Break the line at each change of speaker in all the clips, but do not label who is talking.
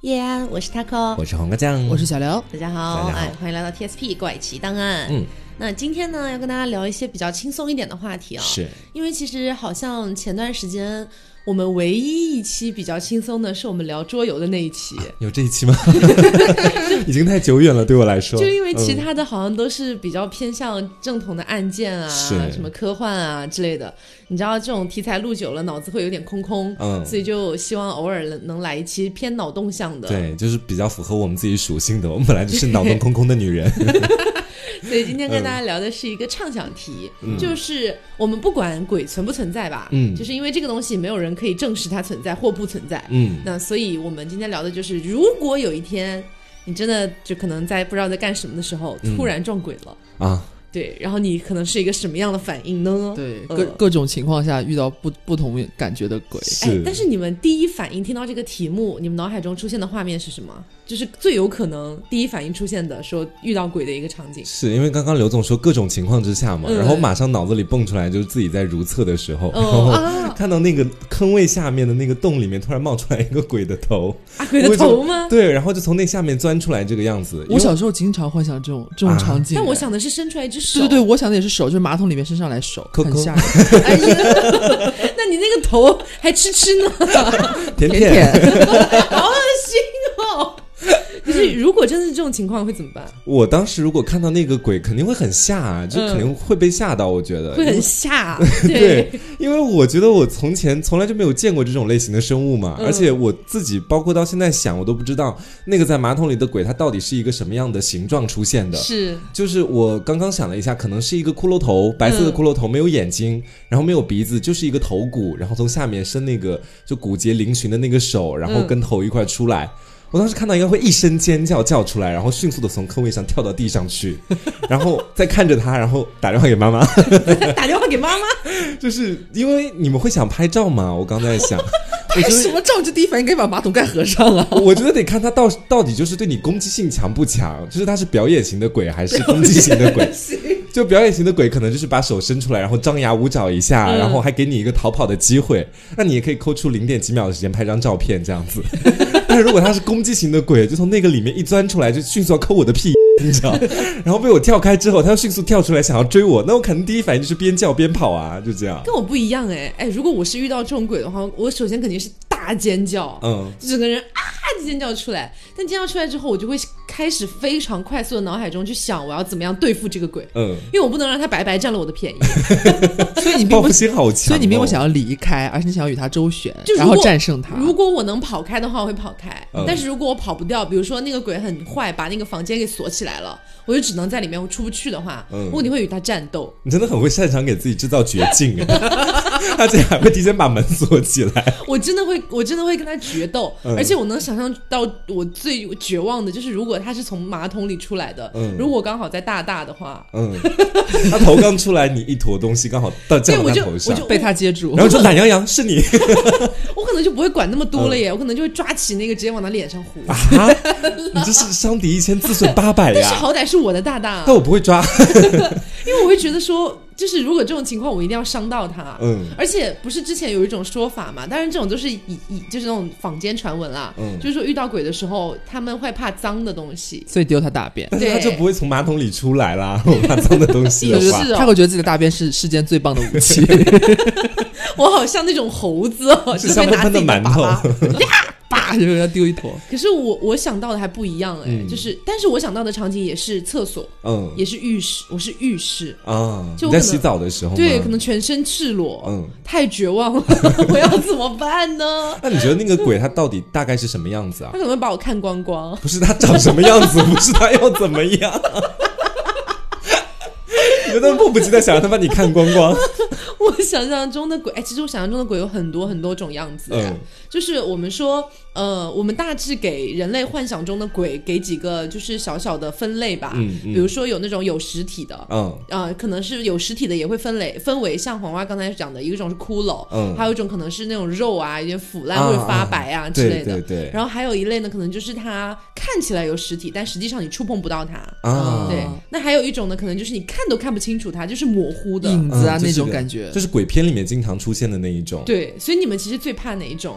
叶安，我是 Taco，
我是黄瓜酱，
我是小刘，
大家好，欢迎来到 TSP 怪奇档案。那今天呢，要跟大家聊一些比较轻松一点的话题啊，
是
因为其实好像前段时间我们唯一一期比较轻松的是我们聊桌游的那一期，
有这一期吗？已经太久远了，对我来说。
就因为其他的好像都是比较偏向正统的案件啊，什么科幻啊之类的。你知道这种题材录久了，脑子会有点空空，所以就希望偶尔能来一期偏脑洞向的。
对，就是比较符合我们自己属性的。我们本来就是脑洞空空的女人。
所以今天跟大家聊的是一个畅想题，就是我们不管鬼存不存在吧，就是因为这个东西没有人可以证实它存在或不存在，那所以我们今天聊的就是如果有一天你真的就可能在不知道在干什么的时候突然撞鬼了啊，对，然后你可能是一个什么样的反应呢？
对，各种情况下遇到不同感觉的鬼。
但是你们第一反应听到这个题目，你们脑海中出现的画面是什么？就是最有可能第一反应出现的说遇到鬼的一个场景。
是因为刚刚刘总说各种情况之下嘛，然后马上脑子里蹦出来就是自己在如厕的时候，然后看到那个坑位下面的那个洞里面突然冒出来一个鬼的头。
鬼的头吗？
对，然后就从那下面钻出来这个样子。
我小时候经常幻想这种场景，
但我想的是伸出来一只手。
对，我想的也是手，就是马桶里面伸上来手，很吓人。
哎呀，那你那个头还吃呢？
甜甜，
好恶心哦！可是如果真的是这种情况会怎么办？
我当时如果看到那个鬼肯定会很吓啊，就肯定会被吓到，我觉得
会很吓。
对，因为我觉得我从前从来就没有见过这种类型的生物嘛，而且我自己包括到现在想我都不知道那个在马桶里的鬼它到底是一个什么样的形状出现的。
是，
就是我刚刚想了一下，可能是一个骷髅头，白色的骷髅头，没有眼睛，然后没有鼻子，就是一个头骨，然后从下面伸那个就骨节嶙峋的那个手，然后跟头一块出来。我当时看到应该会一声尖叫叫出来，然后迅速的从坑位上跳到地上去，然后再看着他，然后打电话给妈妈。
打电话给妈妈，
就是因为你们会想拍照嘛，我刚才在想
拍什么照？这第一反应该把马桶盖合上啊！
我觉得得看他到底就是对你攻击性强不强，就是他是表演型的鬼还是攻击型的鬼。就表演型的鬼可能就是把手伸出来，然后张牙舞爪一下，然后还给你一个逃跑的机会，那你也可以抠出0点几秒的时间拍张照片这样子。但是如果他是攻击型的鬼，就从那个里面一钻出来，就迅速要抠我的屁，你知道，然后被我跳开之后他又迅速跳出来想要追我，那我可能第一反应就是边叫边跑啊，就这样。
跟我不一样如果我是遇到这种鬼的话，我首先肯定是大尖叫，就整个人尖叫出来，但尖叫出来之后我就会开始非常快速的脑海中去想我要怎么样对付这个鬼，因为我不能让他白白占了我的便宜。
所以你
报复心好强，
所以你并不想要离开，而是你想要与他周旋，然后战胜他。
如果我能跑开的话我会跑开，但是如果我跑不掉，比如说那个鬼很坏把那个房间给锁起来了，我就只能在里面我出不去的话，我肯定会与他战斗。
你真的很会擅长给自己制造绝境他竟然还会提前把门锁起来。
我真的会跟他决斗，而且我能想象到我最绝望的就是如果他是从马桶里出来的，如果我刚好在大的话，
他头刚出来，你一坨东西刚好降到他头上，
被他接住，
然后说懒洋洋是你。
我可能就不会管那么多了耶，我可能就会抓起那个直接往他脸上呼。
你这是伤敌1千自损800呀！
但是好歹是我的大，
但我不会抓。
因为我会觉得说就是如果这种情况我一定要伤到他，而且不是之前有一种说法嘛，当然这种都是就是那种坊间传闻啦，就是说遇到鬼的时候他们会怕脏的东西，
所以丢他大便，
但是他就不会从马桶里出来啦。我怕脏的东西的话，
他会觉得自己的大便是世间最棒的武器。
我好像那种猴子
是香喷喷的馒头。
啪就要丢一坨。
可是我想到的还不一样就是但是我想到的场景也是厕所，也是浴室，我是浴室啊，就
你在洗澡的时候，
对，可能全身赤裸，太绝望了。我要怎么办呢？
那你觉得那个鬼他到底大概是什么样子啊？
他可能会把我看光光。
不是他长什么样子，不是他要怎么样。你觉得迫不及待想让他把你看光光。
我想象中的鬼，其实我想象中的鬼有很多很多种样子就是我们说我们大致给人类幻想中的鬼给几个就是小小的分类吧，比如说有那种有实体的，可能是有实体的也会分为像黄瓜刚才讲的一种是骷髅，还有一种可能是那种肉啊有点腐烂或者发白啊之类的，
对，
然后还有一类呢可能就是它看起来有实体但实际上你触碰不到它对，那还有一种呢可能就是你看都看不清楚它，就是模糊的
影子啊那种感觉，
就是鬼片里面经常出现的那一种。
对，所以你们其实最怕哪一种啊？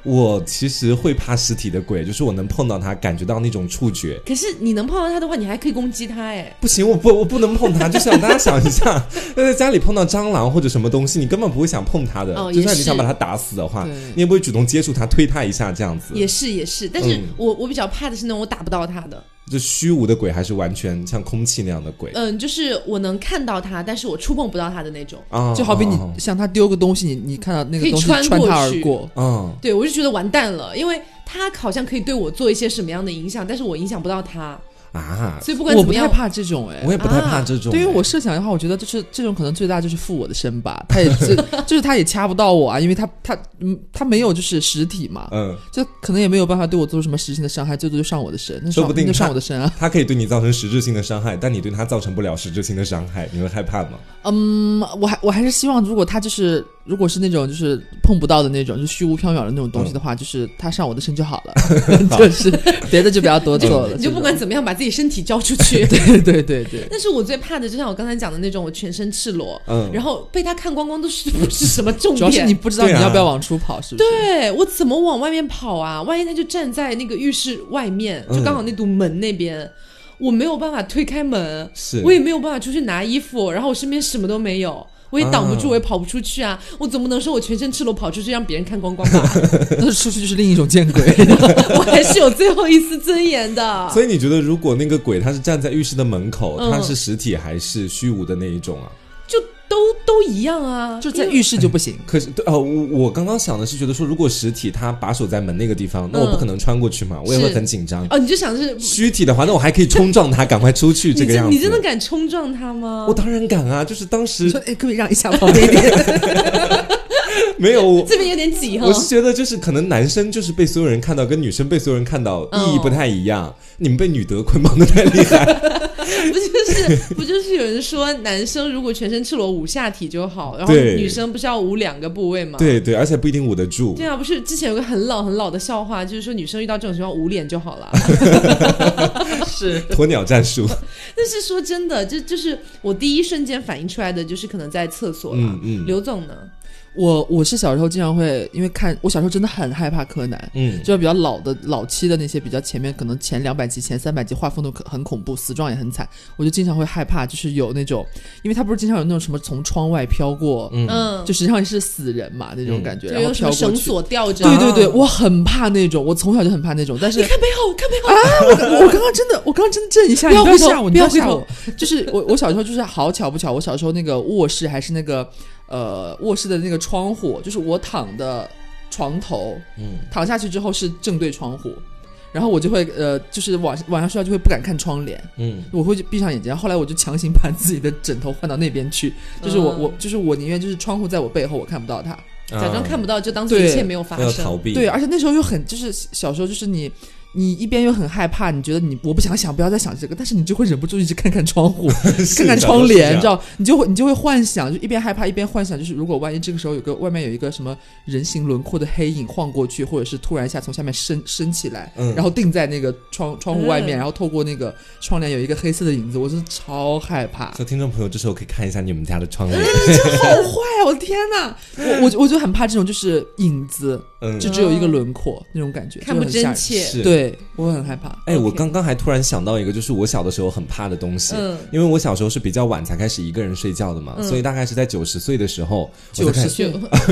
我其实会怕实体的鬼，就是我能碰到它，感觉到那种触觉。
可是你能碰到它的话，你还可以攻击它哎。
不行，我不能碰它。就是大家想一下，在家里碰到蟑螂或者什么东西，你根本不会想碰它的。就算你想把它打死的话，你也不会主动接触它，推它一下这样子。
也是，但是我比较怕的是那种我打不到它的。
就虚无的鬼还是完全像空气那样的鬼？
就是我能看到它，但是我触碰不到它的那种。
就好比你向他丢个东西，你看到那个东西穿他而过。
对，我就觉得完蛋了，因为他好像可以对我做一些什么样的影响，但是我影响不到他。所以不管怎么样，
我不太怕这种
我也不太怕这种。
对于我设想的话，我觉得就是这种可能最大就是附我的身吧，他也就是他也掐不到我啊，因为他没有就是实体嘛，就可能也没有办法对我做出什么实质性的伤害，最多就上我的身，
说不定
就上我的身啊。
他可以对你造成实质性的伤害，但你对他造成不了实质性的伤害，你会害怕吗？
我还是希望，如果是那种就是碰不到的那种，就虚无缥缈的那种东西的话，就是他上我的身就好了，就是别的就不要多做了。
你就不管怎么样把自己身体交出去。
对。
但是我最怕的就像我刚才讲的那种，我全身赤裸，然后被他看光光都是不是什么重点，
主要是你不知道你要不要往出跑，是不是？
对，我怎么往外面跑啊？万一他就站在那个浴室外面，就刚好那堵门那边。我没有办法推开门，我也没有办法出去拿衣服，然后我身边什么都没有，我也挡不住，我也跑不出去啊！我总不能说我全身赤裸跑出去让别人看光光吧？
那出去就是另一种见鬼。
我还是有最后一丝尊严的。
所以你觉得，如果那个鬼他是站在浴室的门口，他是实体还是虚无的那一种啊？
就都一样啊，
就在浴室就不行。
可是我刚刚想的是觉得说，如果实体它把守在门那个地方，那我不可能穿过去嘛，我也会很紧张。
你就想是
虚体的话，那我还可以冲撞它，赶快出去这个样子。
你真的敢冲撞它吗？
我当然敢啊！就是当时
说，可不可以让一下旁边一点？
没有，
这边有点挤哈。
我是觉得就是可能男生就是被所有人看到，跟女生被所有人看到意义不太一样。你们被女德捆绑的太厉害。
不就是有人说男生如果全身赤裸捂下体就好，然后女生不是要捂2个部位吗？
对，而且不一定捂得住。
对啊，不是之前有个很老的笑话，就是说女生遇到这种情况捂脸就好了。
是
鸵鸟战术。
但是说真的，就是我第一瞬间反应出来的就是可能在厕所了。刘总呢？
我是小时候经常会，因为我小时候真的很害怕柯南，就是比较老期的那些比较前面可能前200集前300集画风都很恐怖，死状也很惨，我就经常会害怕，就是有那种，因为他不是经常有那种什么从窗外飘过，就实际上是死人嘛那种感觉，然后飘过去，
绳索吊着，
对，我很怕那种，我从小就很怕那种，但是
你看背后啊，
我刚刚真的震一下，你不要吓我，你不要吓我，就是我小时候就是好巧不巧，我小时候那个卧室还是那个。卧室的那个窗户，就是我躺的床头，躺下去之后是正对窗户，然后我就会就是晚上睡觉就会不敢看窗帘，我会闭上眼睛，后来我就强行把自己的枕头换到那边去，就是我宁愿就是窗户在我背后，我看不到它，
假装看不到，就当做一切没有发生，
逃避。
对，而且那时候又很就是小时候就是你一边又很害怕，你觉得我不想不要再想这个，但是你就会忍不住一直看看窗户看看窗帘，你知道，你就会幻想，就一边害怕一边幻想，就是如果万一这个时候外面有一个什么人形轮廓的黑影晃过去，或者是突然一下从下面升起来，然后定在那个窗户外面，然后透过那个窗帘有一个黑色的影子，我是超害怕。
所以听众朋友这时候可以看一下你们家的窗帘，
这好坏啊！我的天哪，我就很怕这种就是影子，就只有一个轮廓那种感觉，
看不真切。
对，我很害怕。
我刚刚还突然想到一个，就是我小的时候很怕的东西，因为我小时候是比较晚才开始一个人睡觉的嘛，所以大概是在90岁的时候
，90岁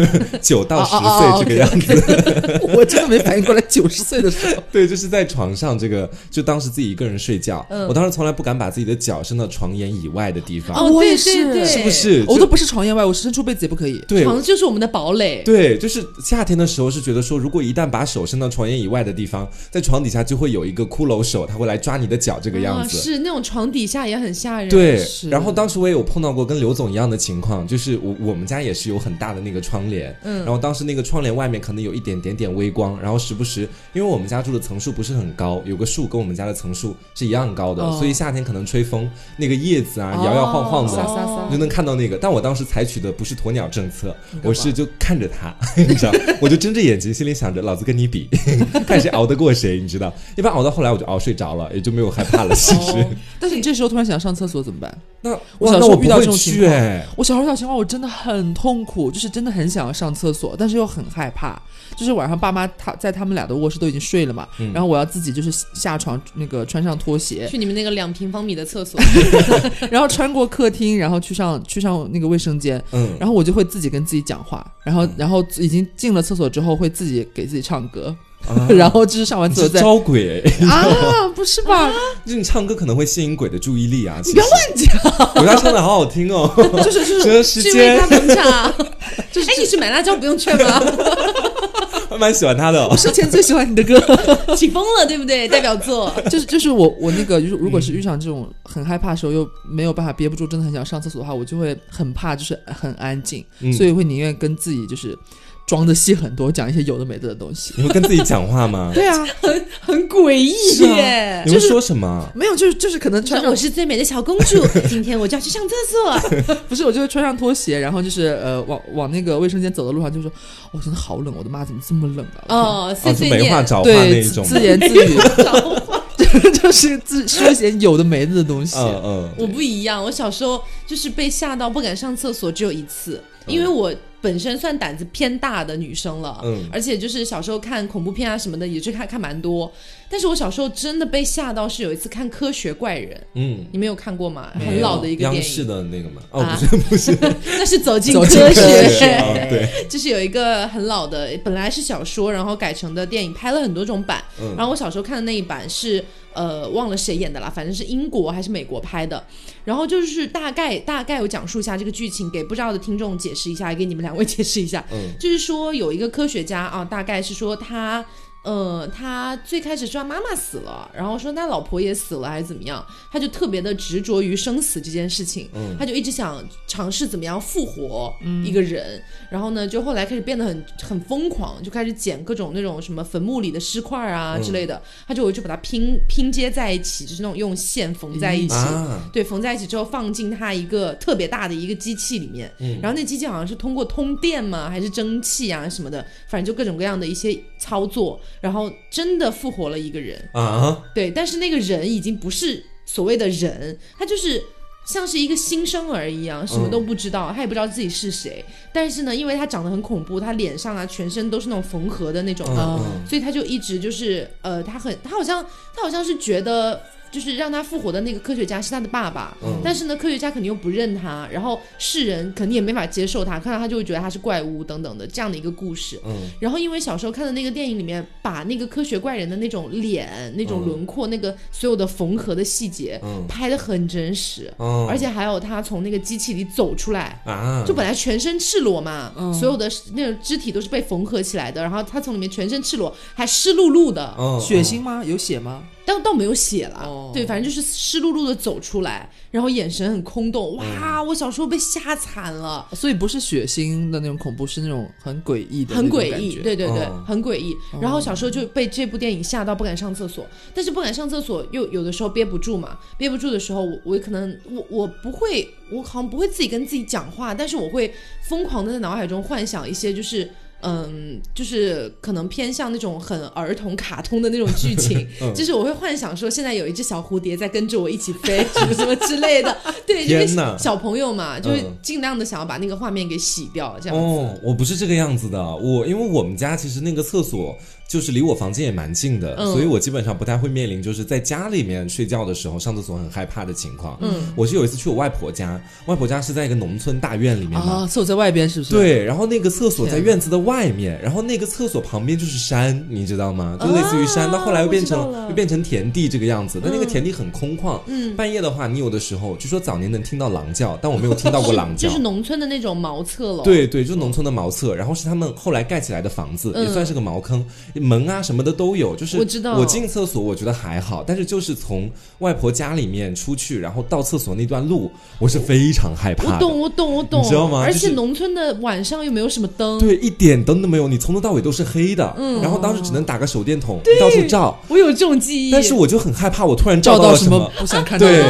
，9到10岁这个样子。
我真的没反应过来，90岁的时候，
对，就是在床上就当时自己一个人睡觉，我当时从来不敢把自己的脚伸到床沿以外的地方。
我也是，
是不是？
我都不是床沿外，我伸出被子也不可以。
对，
床就是我们的堡垒。
对，就是夏天的时候是觉得说，如果一旦把手伸到床沿以外的地方，在床底下就会有一个骷髅手，他会来抓你的脚，这个样子。
是那种床底下也很吓人。
对，然后当时我也有碰到过跟刘总一样的情况，就是我们家也是有很大的那个窗帘，然后当时那个窗帘外面可能有一点微光，然后时不时，因为我们家住的层数不是很高，有个树跟我们家的层数是一样高的，所以夏天可能吹风，那个叶子啊摇摇晃晃的，你就能看到那个。但我当时采取的不是鸵鸟政策，我是就看着它，你知道，我就睁着眼睛，心里想着老子跟你比，看谁熬得过谁，你你知道，一般熬到后来我就熬睡着了，也就没有害怕了。其实，
但是你这时候突然想上厕所怎么办？
那
我小时候遇到这种
情
况，我小时候遇到情况我真的很痛苦，就是真的很想要上厕所，但是又很害怕。就是晚上爸妈他们俩的卧室都已经睡了嘛，然后我要自己就是下床那个穿上拖鞋
去你们那个2平方米的厕所，
然后穿过客厅，然后去上那个卫生间，然后我就会自己跟自己讲话，然后已经进了厕所之后会自己给自己唱歌。然后就是上完厕所再
招鬼
啊，不是吧？
就是你唱歌可能会吸引鬼的注意力啊！
你不要乱讲，
我家唱的好好听哦。
就是
这时间，
是因为他能唱。哎，你是买辣椒不用劝吗？
我蛮喜欢他的。
我之前最喜欢你的歌，
起风了，对不对？代表作
就是我那个，如果是遇上这种很害怕的时候，又没有办法憋不住，真的很想上厕所的话，我就会很怕，就是很安静，所以会宁愿跟自己就是装的戏很多，讲一些有的没的东西。
你会跟自己讲话吗？
对啊，
很诡异耶。
你会说什么？
没有，就是可能穿上
我是最美的小公主，今天我就要去上厕所。
不是，我就会穿上拖鞋，然后就是往那个卫生间走的路上，就说我真的好冷，我的妈怎么这么冷啊？
就没话找话那一种，
自言自语。就是说些有的没的东西。
我不一样，我小时候就是被吓到不敢上厕所只有一次，因为我本身算胆子偏大的女生了，而且就是小时候看恐怖片啊什么的也是看蛮多，但是我小时候真的被吓到是有一次看《科学怪人》，你没有看过吗？很老的一个电影，
央视的那个吗？不是，
那是走进科学。对，就是有一个很老的，本来是小说，然后改成的电影，拍了很多种版，然后我小时候看的那一版是忘了谁演的啦，反正是英国还是美国拍的，然后就是大概我讲述一下这个剧情，给不知道的听众解释一下，也给你们2位解释一下，就是说有一个科学家啊，大概是说他最开始说他妈妈死了，然后说他老婆也死了还是怎么样，他就特别的执着于生死这件事情，他就一直想尝试怎么样复活一个人，然后呢就后来开始变得很疯狂，就开始捡各种那种什么坟墓里的尸块啊之类的，他就把它拼接在一起，就是那种用线缝在一起，对，缝在一起之后放进他一个特别大的一个机器里面，然后那机器好像是通过通电嘛还是蒸汽啊什么的，反正就各种各样的一些操作，然后真的复活了一个人啊！对，但是那个人已经不是所谓的人，他就是像是一个新生儿一样，什么都不知道，他也不知道自己是谁。但是呢，因为他长得很恐怖，他脸上啊全身都是那种缝合的那种的，所以他就一直就是他好像是觉得。就是让他复活的那个科学家是他的爸爸，但是呢科学家肯定又不认他，然后世人肯定也没法接受他，看到他就会觉得他是怪物等等的这样的一个故事。然后因为小时候看的那个电影里面把那个科学怪人的那种脸那种轮廓那个所有的缝合的细节拍得很真实，而且还有他从那个机器里走出来就本来全身赤裸嘛，所有的那种肢体都是被缝合起来的，然后他从里面全身赤裸还湿漉漉的。
血腥吗？有血吗？
倒没有血了，对，反正就是湿漉漉的走出来，然后眼神很空洞，哇，我小时候被吓惨了。
所以不是血腥的那种恐怖，是那种很诡异的，
很诡异，对对对，很诡异。然后小时候就被这部电影吓到不敢上厕所，但是不敢上厕所又有的时候憋不住嘛，憋不住的时候我可能我不会，我好像不会自己跟自己讲话，但是我会疯狂的在脑海中幻想一些就是可能偏向那种很儿童卡通的那种剧情，就是我会幻想说现在有一只小蝴蝶在跟着我一起飞什么什么之类的，对，因为小朋友嘛，就会尽量的想要把那个画面给洗掉，这样子。
我不是这个样子的，因为我们家其实那个厕所就是离我房间也蛮近的，所以我基本上不太会面临就是在家里面睡觉的时候上厕所很害怕的情况。我是有一次去我外婆家，外婆家是在一个农村大院里面嘛，
厕所在外边是不是？
对，然后那个厕所在院子的外面，然后那个厕所旁边就是山，你知道吗？就类似于山，到后来又变成田地这个样子，但那个田地很空旷。半夜的话，你有的时候据说早年能听到狼叫，但我没有听到过狼叫，
就是农村的那种茅厕了。
对对，就农村的茅厕，然后是他们后来盖起来的房子，也算是个茅坑，门啊什么的都有。就是我进厕所我觉得还好，但是就是从外婆家里面出去，然后到厕所那段路，我是非常害怕的。
我懂，
你知道吗？
而且农村的晚上又没有什么灯，
对，一点灯都没有，你从头到尾都是黑的。然后当时只能打个手电筒到处照。
我有这种记忆，
但是我就很害怕，我突然照
到
了什么
不想看到的东西。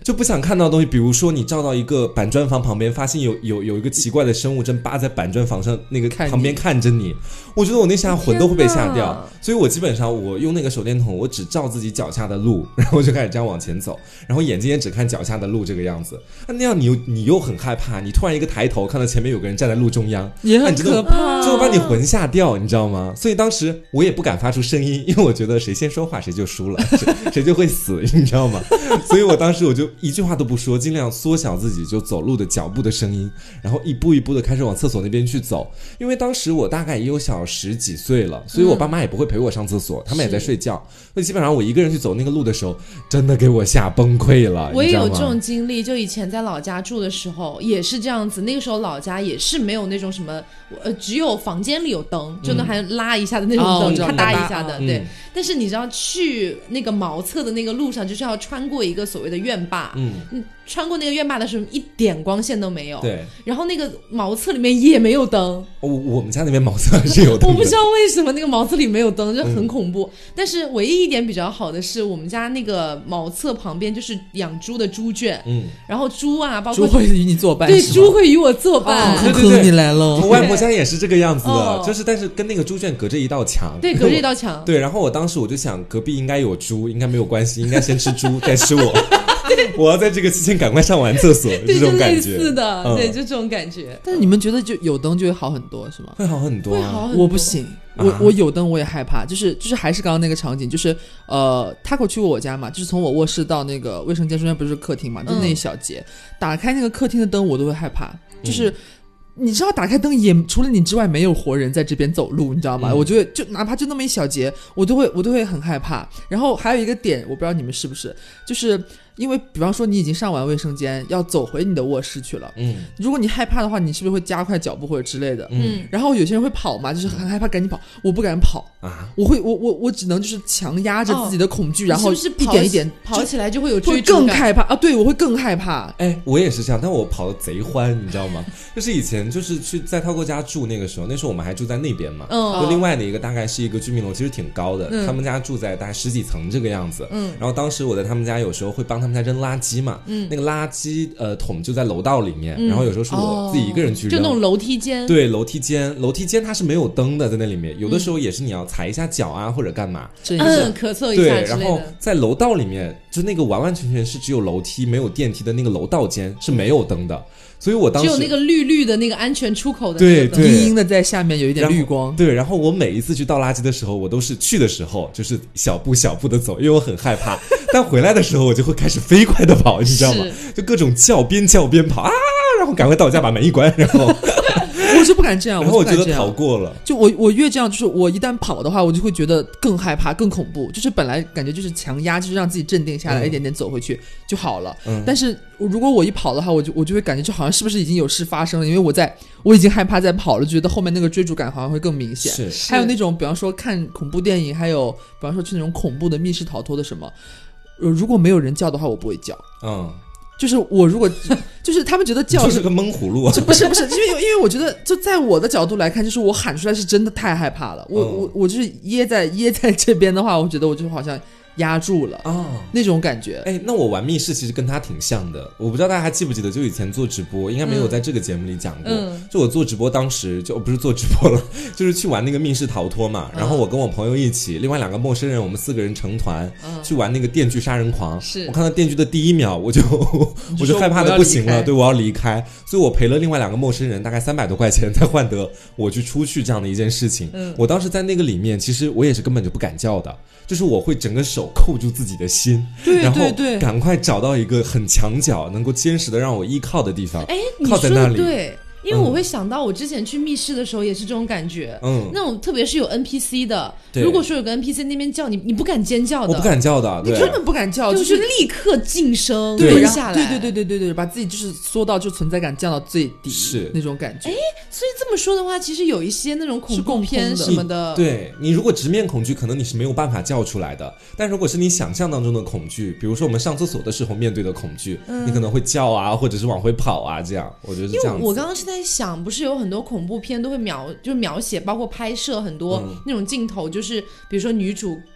就不想看到的东西，比如说你照到一个板砖房旁边，发现有一个奇怪的生物正扒在板砖房上那个旁边看着你，我觉得我那下魂都会被吓掉。所以我基本上我用那个手电筒，我只照自己脚下的路，然后就开始这样往前走，然后眼睛也只看脚下的路这个样子。那样你又很害怕，你突然一个抬头看到前面有个人站在路中央，
也很可怕，
就会把你魂吓掉，你知道吗？所以当时我也不敢发出声音，因为我觉得谁先说话谁就输了，谁就会死，你知道吗？所以我当时我就一句话都不说，尽量缩小自己就走路的脚步的声音，然后一步一步的开始往厕所那边去走。因为当时我大概也有小10几岁了，所以我爸妈也不会陪我上厕所，他们也在睡觉，所以基本上我一个人去走那个路的时候，真的给我吓崩溃了。
我也有这种经历，就以前在老家住的时候也是这样子，那个时候老家也是没有那种什么只有房间里有灯，就能还拉一下的那种灯，咔嗒一下的，对。但是你知道去那个茅厕的那个路上，就是要穿过一个所谓的院坝，穿过那个院坝的时候一点光线都没有，
对。
然后那个茅厕里面也没有灯，
我们家那边茅厕还是有灯的，
我不知道为什么那个茅厕里没有灯，就很恐怖。但是唯一一点比较好的是，我们家那个茅厕旁边就是养猪的猪圈，然后猪啊，包括
猪会与你作伴，
对，猪会与我作伴，
对对对，
你来了。
我外婆家也是这个样子的，就是但是跟那个猪圈隔着一道墙，
对，隔着一道墙，
对。然后我当时我就想，隔壁应该有猪，应该没有关系，应该先吃猪再吃我。我要在这个期间赶快上完厕所，这种感觉，
类似的，对，就这种感觉。
但是你们觉得就有灯就会好很多是吗？
会好很多，
会好很多。
我不行，我有灯我也害怕，就是还是刚刚那个场景，就是Taco 去过我家嘛，就是从我卧室到那个卫生间中间不是客厅嘛，就那一小节，打开那个客厅的灯我都会害怕，就是。你知道打开灯也除了你之外没有活人在这边走路，你知道吗？我觉得就哪怕就那么一小节，我都会很害怕。然后还有一个点，我不知道你们是不是，就是因为比方说你已经上完卫生间要走回你的卧室去了，如果你害怕的话，你是不是会加快脚步或者之类的？然后有些人会跑嘛，就是很害怕赶紧跑，我不敢跑啊，我只能就是强压着自己的恐惧，然后一点一点
跑起来就会有追逐
感，更害怕啊！对，我会更害怕。
哎，我也是这样，但我跑得贼欢，你知道吗？就是以前就是去在涛哥家住，那时候我们还住在那边嘛，就另外的一个大概是一个居民楼，其实挺高的，他们家住在大概10几层这个样子，然后当时我在他们家有时候会帮他们家扔垃圾嘛，那个垃圾桶就在楼道里面，然后有时候是我自己一个人去扔，
就那种楼梯间，
对，楼梯间它是没有灯的，在那里面有的时候也是你要踩一下脚啊或者干嘛，
咳嗽一下之类的。对，
然后在楼道里面就那个完完全全是只有楼梯没有电梯的那个楼道间是没有灯的，所以我当时
只有那个绿绿的那个安全出口的，
对对，
阴阴的在下面有一点绿光，
对。然后我每一次去倒垃圾的时候，我都是去的时候就是小步小步的走，因为我很害怕，但回来的时候我就会开始飞快的跑，你知道吗？就各种叫，边叫边跑啊，然后赶快到家把门一关，然后
我就不敢这样，
然后我觉得逃过了。
就我越这样，就是我一旦跑的话，我就会觉得更害怕、更恐怖。就是本来感觉就是强压，就是让自己镇定下来，一点点走回去就好了。但是如果我一跑的话，我就会感觉就好像是不是已经有事发生了，因为我已经害怕在跑了，觉得后面那个追逐感好像会更明显。
是，
还有那种比方说看恐怖电影，还有比方说去那种恐怖的密室逃脱的什么，如果没有人叫的话，我不会叫。就是我如果就是他们觉得叫
就是个闷葫芦啊，
不是，因为我觉得就在我的角度来看，就是我喊出来是真的太害怕了，我就是噎在这边的话，我觉得我就好像压住了那种感觉。
哎，那我玩密室其实跟他挺像的，我不知道大家还记不记得，就以前做直播，应该没有在这个节目里讲过。就我做直播当时就不是做直播了，就是去玩那个密室逃脱嘛。然后我跟我朋友一起，另外2个陌生人，我们4个人成团去玩那个电锯杀人狂。我看到电锯的第1秒，我就害怕的不行了，对，我要离开。所以我赔了另外2个陌生人大概300多块钱，才换得我去出去这样的一件事情。我当时在那个里面，其实我也是根本就不敢叫的。就是我会整个手扣住自己的心，然后赶快找到一个很墙角能够坚实的让我依靠的地方，靠在那里。
对，因为我会想到我之前去密室的时候也是这种感觉，那种特别是有 NPC 的，如果说有个 NPC 那边叫你，你不敢尖叫的，
我不敢叫的，
你根本不敢叫，
就是立刻噤声
蹲
下来，
对，把自己就是缩到就存在感降到最低，
是
那种感觉。
所以这么说的话，其实有一些那种恐怖片什么的，
对，你如果直面恐惧，可能你是没有办法叫出来的，但如果是你想象当中的恐惧，比如说我们上厕所的时候面对的恐惧，你可能会叫啊，或者是往回跑啊，这样，我觉得是这样子。
因为我刚刚是在想，不是有很多恐怖片都会描写，包括拍摄很多那种镜头，就是比如说女主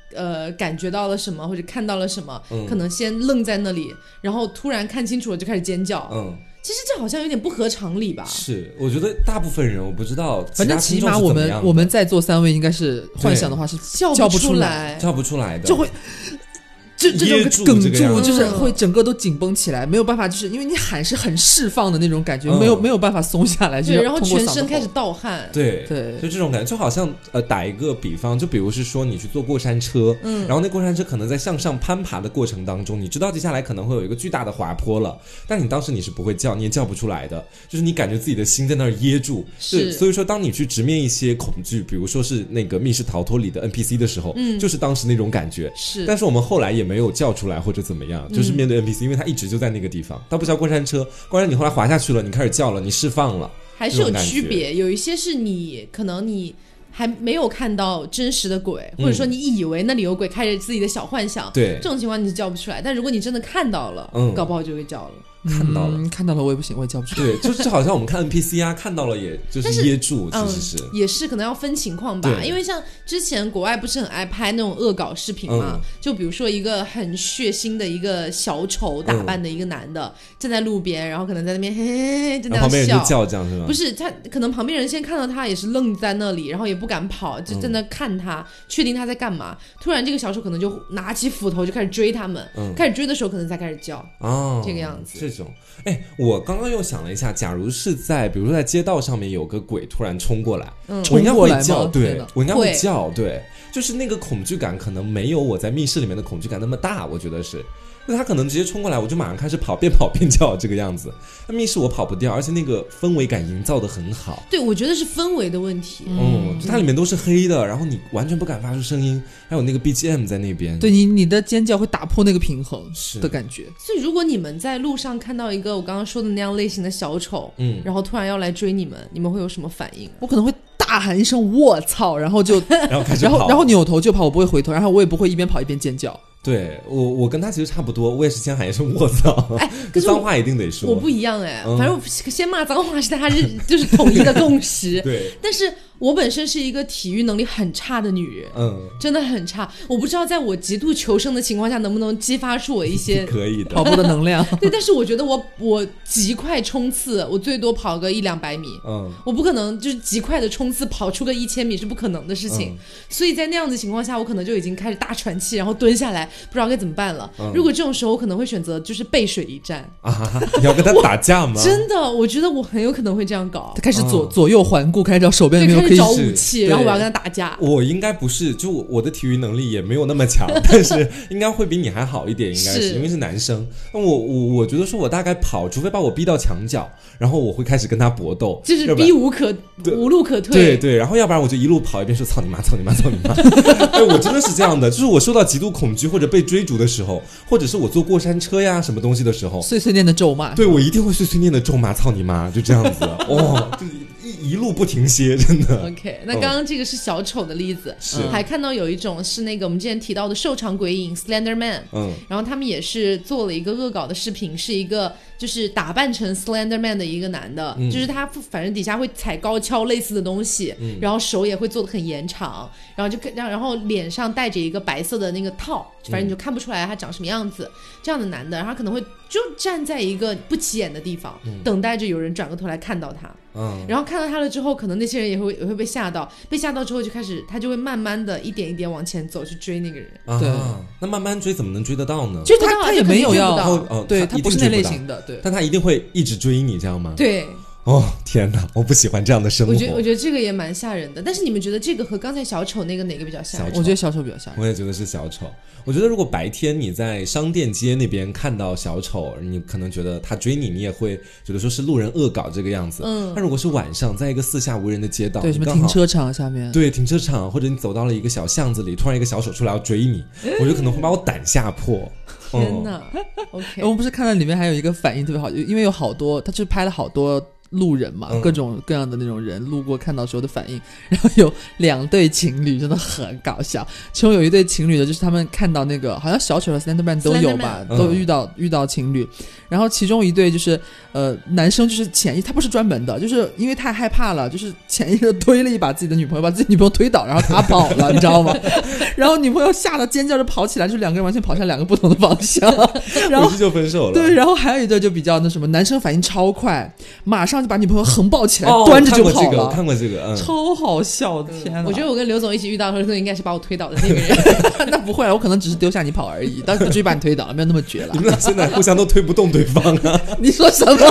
感觉到了什么或者看到了什么，可能先愣在那里，然后突然看清楚了就开始尖叫。其实这好像有点不合常理吧？
是，我觉得大部分人我不知道，
反正起码我们在座3位应该是幻想的话是叫不出来，
叫不出来的，
就会。这种哽住，就是会整个都紧绷起来，没有办法，就是因为你喊是很释放的那种感觉，没有办法松下来，
对，然后全身开始盗汗，
对，就这种感觉，就好像打一个比方，就比如是说你去坐过山车，然后那过山车可能在向上攀爬的过程当中，你知道接下来可能会有一个巨大的滑坡了，但你当时你是不会叫，你也叫不出来的，就是你感觉自己的心在那儿噎住，是，所以说当你去直面一些恐惧，比如说是那个密室逃脱里的 NPC 的时候，就是当时那种感觉，
是，
但是我们后来也没有叫出来或者怎么样，就是面对 NPC，因为他一直就在那个地方，他不叫过山车，过山你后来滑下去了，你开始叫了，你释放了，
还是有区别，有一些是你可能你还没有看到真实的鬼，或者说你以为那里有鬼，开着自己的小幻想，
对，
这种情况你是叫不出来，但如果你真的看到了，搞不好就会叫了。
看到了
我也不行，我也叫不出来。
对，就好像我们看 NPC 啊，看到了也就是噎住，其实是
也是可能要分情况吧。因为像之前国外不是很爱拍那种恶搞视频嘛，就比如说一个很血腥的一个小丑打扮的一个男的站在路边，然后可能在那边嘿嘿嘿就那样笑，
旁边人就叫这样是吗？
不是，他可能旁边人先看到他也是愣在那里，然后也不敢跑，就在那看他，确定他在干嘛。突然这个小丑可能就拿起斧头就开始追他们，开始追的时候可能才开始叫，这个样子。
这种，我刚刚又想了一下，假如是在比如说在街道上面有个鬼突然冲过来，我应该会叫，对，我应该会叫，对，就是那个恐惧感可能没有我在密室里面的恐惧感那么大，我觉得是。那他可能直接冲过来，我就马上开始跑，边跑边叫这个样子。那密室我跑不掉，而且那个氛围感营造得很好。
对，我觉得是氛围的问题。
就它里面都是黑的，然后你完全不敢发出声音，还有那个 BGM 在那边。
对，你的尖叫会打破那个平衡的感觉。
所以如果你们在路上看到一个我刚刚说的那样类型的小丑，然后突然要来追你们会有什么反应？
我可能会大喊一声我操，然后就
然后开始跑，
然后扭头就跑，我不会回头，然后我也不会一边跑一边尖叫。
对，我跟他其实差不多，我也是先喊一声我操，可脏话一定得说。
我不一样反正先骂脏话是大家就是统一的共识。
对，
但是我本身是一个体育能力很差的女人，真的很差。我不知道在我极度求生的情况下，能不能激发出我一些
可以的
跑步的能量。
对，但是我觉得我极快冲刺，我最多跑个100-200米，我不可能就是极快的冲刺跑出个1000米是不可能的事情。所以在那样的情况下，我可能就已经开始大喘气，然后蹲下来，不知道该怎么办了。如果这种时候，我可能会选择就是背水一战
啊！你要跟他打架吗？
真的，我觉得我很有可能会这样搞。
他开始左右环顾，开始找手边有没有可以
找武器，然后我要跟他打架。
我应该不是，就我的体育能力也没有那么强，但是应该会比你还好一点，应该是因为是男生。那我觉得说我大概跑，除非把我逼到墙角，然后我会开始跟他搏斗，
就是逼无路可退。
对，然后要不然我就一路跑一边说操你妈，操你妈，操你妈。我真的是这样的，就是我受到极度恐惧或者被追逐的时候，或者是我坐过山车呀什么东西的时候，
碎碎念的咒骂。
对，我一定会碎碎念的咒骂，操你妈，就这样子。就是一路不停歇，真的。
OK， 那刚刚这个是小丑的例子，还看到有一种是那个我们之前提到的瘦长鬼影 Slender Man，然后他们也是做了一个恶搞的视频，是一个就是打扮成 Slender Man 的一个男的，就是他反正底下会踩高跷类似的东西，然后手也会做得很延长，然后脸上戴着一个白色的那个套，反正你就看不出来他长什么样子。这样的男的，然后他可能会就站在一个不起眼的地方，等待着有人转过头来看到他。然后看到他了之后，可能那些人也会被吓到，被吓到之后就开始，他就会慢慢的一点一点往前走去追那个人。
对，
那慢慢追怎么能追得到呢？
追不到，
他也没有要，对，
他
不是那类型的，对，
但他一定会一直追你，这样吗？
对。
天哪，我不喜欢这样的生活。
我觉得这个也蛮吓人的。但是你们觉得这个和刚才小丑那个哪个比较吓人？
我觉得小丑比较吓人。
我也觉得是小丑。我觉得如果白天你在商店街那边看到小丑，你可能觉得他追你，你也会觉得说是路人恶搞这个样子。但如果是晚上，在一个四下无人的街道，
对，什么停车场下面，
对，停车场，或者你走到了一个小巷子里，突然一个小丑出来要追你，我觉得可能会把我胆吓破。
天哪！OK，
我们不是看到里面还有一个反应特别好，因为有好多，他就拍了好多路人嘛，各种各样的那种人路过看到时候的反应，然后有2对情侣真的很搞笑。其中有一对情侣的，就是他们看到那个好像小丑和 Slenderman 都有吧，都遇到情侣，然后其中一对就是男生就是潜意他不是专门的，就是因为太害怕了，就是潜意识推了一把自己的女朋友，把自己女朋友推倒，然后他跑了你知道吗？然后女朋友吓得尖叫着跑起来，就是2个人完全跑向2个不同的方向，然后
就分手了。
对，然后还有一对就比较那什么，男生反应超快，马上就把女朋友横抱起来，端着就跑了。
看过这个，
超好笑的，天哪！
我觉得我跟刘总一起遇到的时候，应该是把我推倒的那个人。
那不会啊，我可能只是丢下你跑而已，当时不至于把你推倒，没有那么绝了。
你们俩现在互相都推不动对方啊？
你说什么？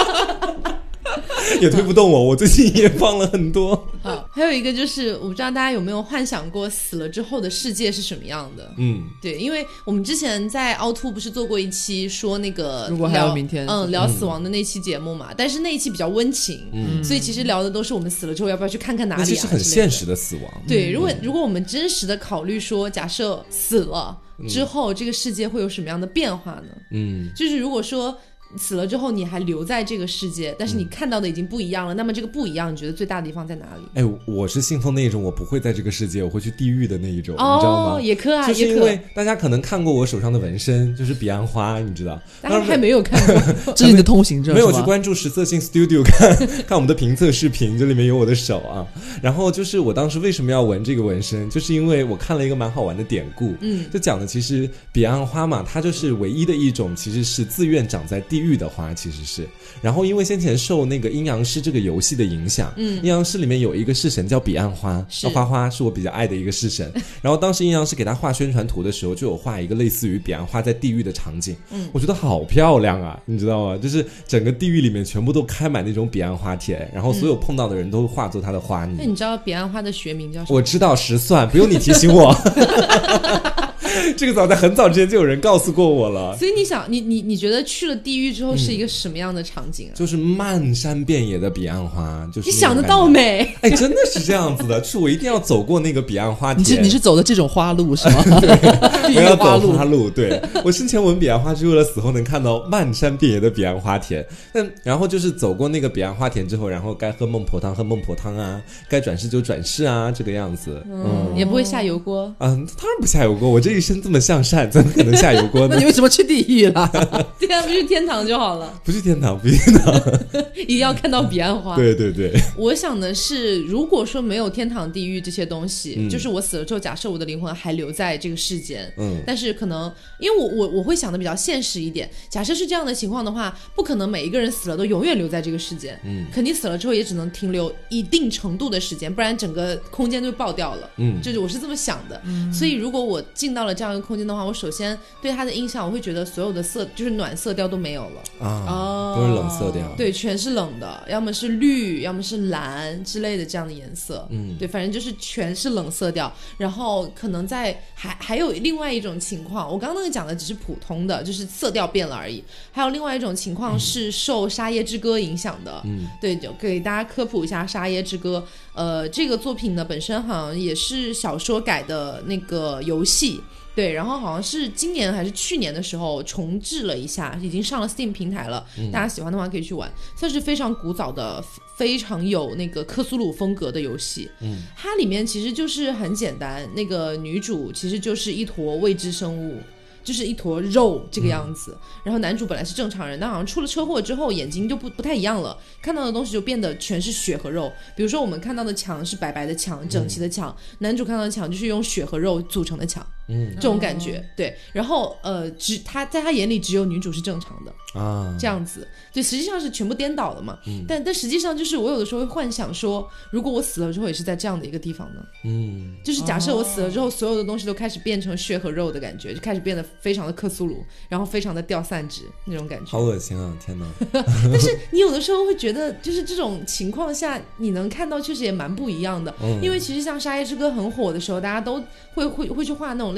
也推不动我最近也放了很多。
好，还有一个就是我不知道大家有没有幻想过死了之后的世界是什么样的。对，因为我们之前在凹凸不是做过一期说那个
如果还有明天
聊死亡的那期节目嘛，但是那一期比较温情，所以其实聊的都是我们死了之后要不要去看看哪里啊，
其实很现实的死亡。
对，如果我们真实的考虑说假设死了之后这个世界会有什么样的变化呢？就是如果说死了之后你还留在这个世界，但是你看到的已经不一样了，那么这个不一样你觉得最大的地方在哪里？
我是信奉那种我不会在这个世界，我会去地狱的那一种，你知道吗？
也可啊，
就是因为大家可能看过我手上的纹身，就是彼岸花，你知道？
大家还没有看过，
这是你的通行证，
没有去关注实色性 Studio 看我们的评测视频，这里面有我的手啊。然后就是我当时为什么要纹这个纹身，就是因为我看了一个蛮好玩的典故，就讲的其实彼岸花嘛，它就是唯一的一种其实是自愿长在地狱的花，其实是。然后因为先前受那个阴阳师这个游戏的影响，阴阳师里面有一个式神叫彼岸花，花花是我比较爱的一个式神。然后当时阴阳师给他画宣传图的时候，就有画一个类似于彼岸花在地狱的场景，我觉得好漂亮啊，你知道吗？就是整个地狱里面全部都开满那种彼岸花田，然后所有碰到的人都会化作它的花泥。
那你知道彼岸花的学名叫什么？
我知道石蒜，不用你提醒我。这个早在很早之前就有人告诉过我了。
所以你想，你觉得去了地狱之后是一个什么样的场景啊？
就是漫山遍野的彼岸花，就是
你想得到没？
真的是这样子的，就是我一定要走过那个彼岸花田。
你是走的这种花路是吗？
对，我要走花路。对，我生前闻彼岸花是为了死后能看到漫山遍野的彼岸花田。然后就是走过那个彼岸花田之后，然后该喝孟婆汤喝孟婆汤啊，该转世就转世啊，这个样子。
也不会下油锅。
当然不下油锅，我这一生这么向善，怎么可能下油锅呢？
那你为什么去地狱了？
对啊，不去天堂就好了。
不去天堂，
一定要看到彼岸花。
对对对。
我想的是，如果说没有天堂地狱这些东西，就是我死了之后，假设我的灵魂还留在这个世间，但是可能因为我会想的比较现实一点，假设是这样的情况的话，不可能每一个人死了都永远留在这个世间，肯定死了之后也只能停留一定程度的时间，不然整个空间就爆掉了。就是我是这么想的。所以如果我进到了这样一个空间的话，我首先对它的印象，我会觉得所有的色就是暖色调都没有了
都是冷色调。
对，全是冷的，要么是绿，要么是蓝之类的这样的颜色。对，反正就是全是冷色调。然后可能在还有另外一种情况，我刚刚那个讲的只是普通的，就是色调变了而已。还有另外一种情况是受《沙耶之歌》影响的。对，就给大家科普一下《沙耶之歌》。这个作品呢本身好像也是小说改的那个游戏。对，然后好像是今年还是去年的时候重制了一下，已经上了 Steam 平台了，大家喜欢的话可以去玩，算是非常古早的非常有那个克苏鲁风格的游戏。它里面其实就是很简单，那个女主其实就是一坨未知生物，就是一坨肉这个样子。然后男主本来是正常人，但好像出了车祸之后眼睛就不太一样了，看到的东西就变得全是血和肉。比如说我们看到的墙是白白的墙，整齐的墙，男主看到的墙就是用血和肉组成的墙。这种感觉。对，然后他在他眼里只有女主是正常的这样子。对，实际上是全部颠倒了嘛。但实际上就是我有的时候会幻想说，如果我死了之后也是在这样的一个地方呢。就是假设我死了之后，所有的东西都开始变成血和肉的感觉，就开始变得非常的克苏鲁，然后非常的掉散值那种感觉。
好恶心啊！天哪！
但是你有的时候会觉得，就是这种情况下，你能看到确实也蛮不一样的。因为其实像《沙耶之歌》很火的时候，大家都会去画那种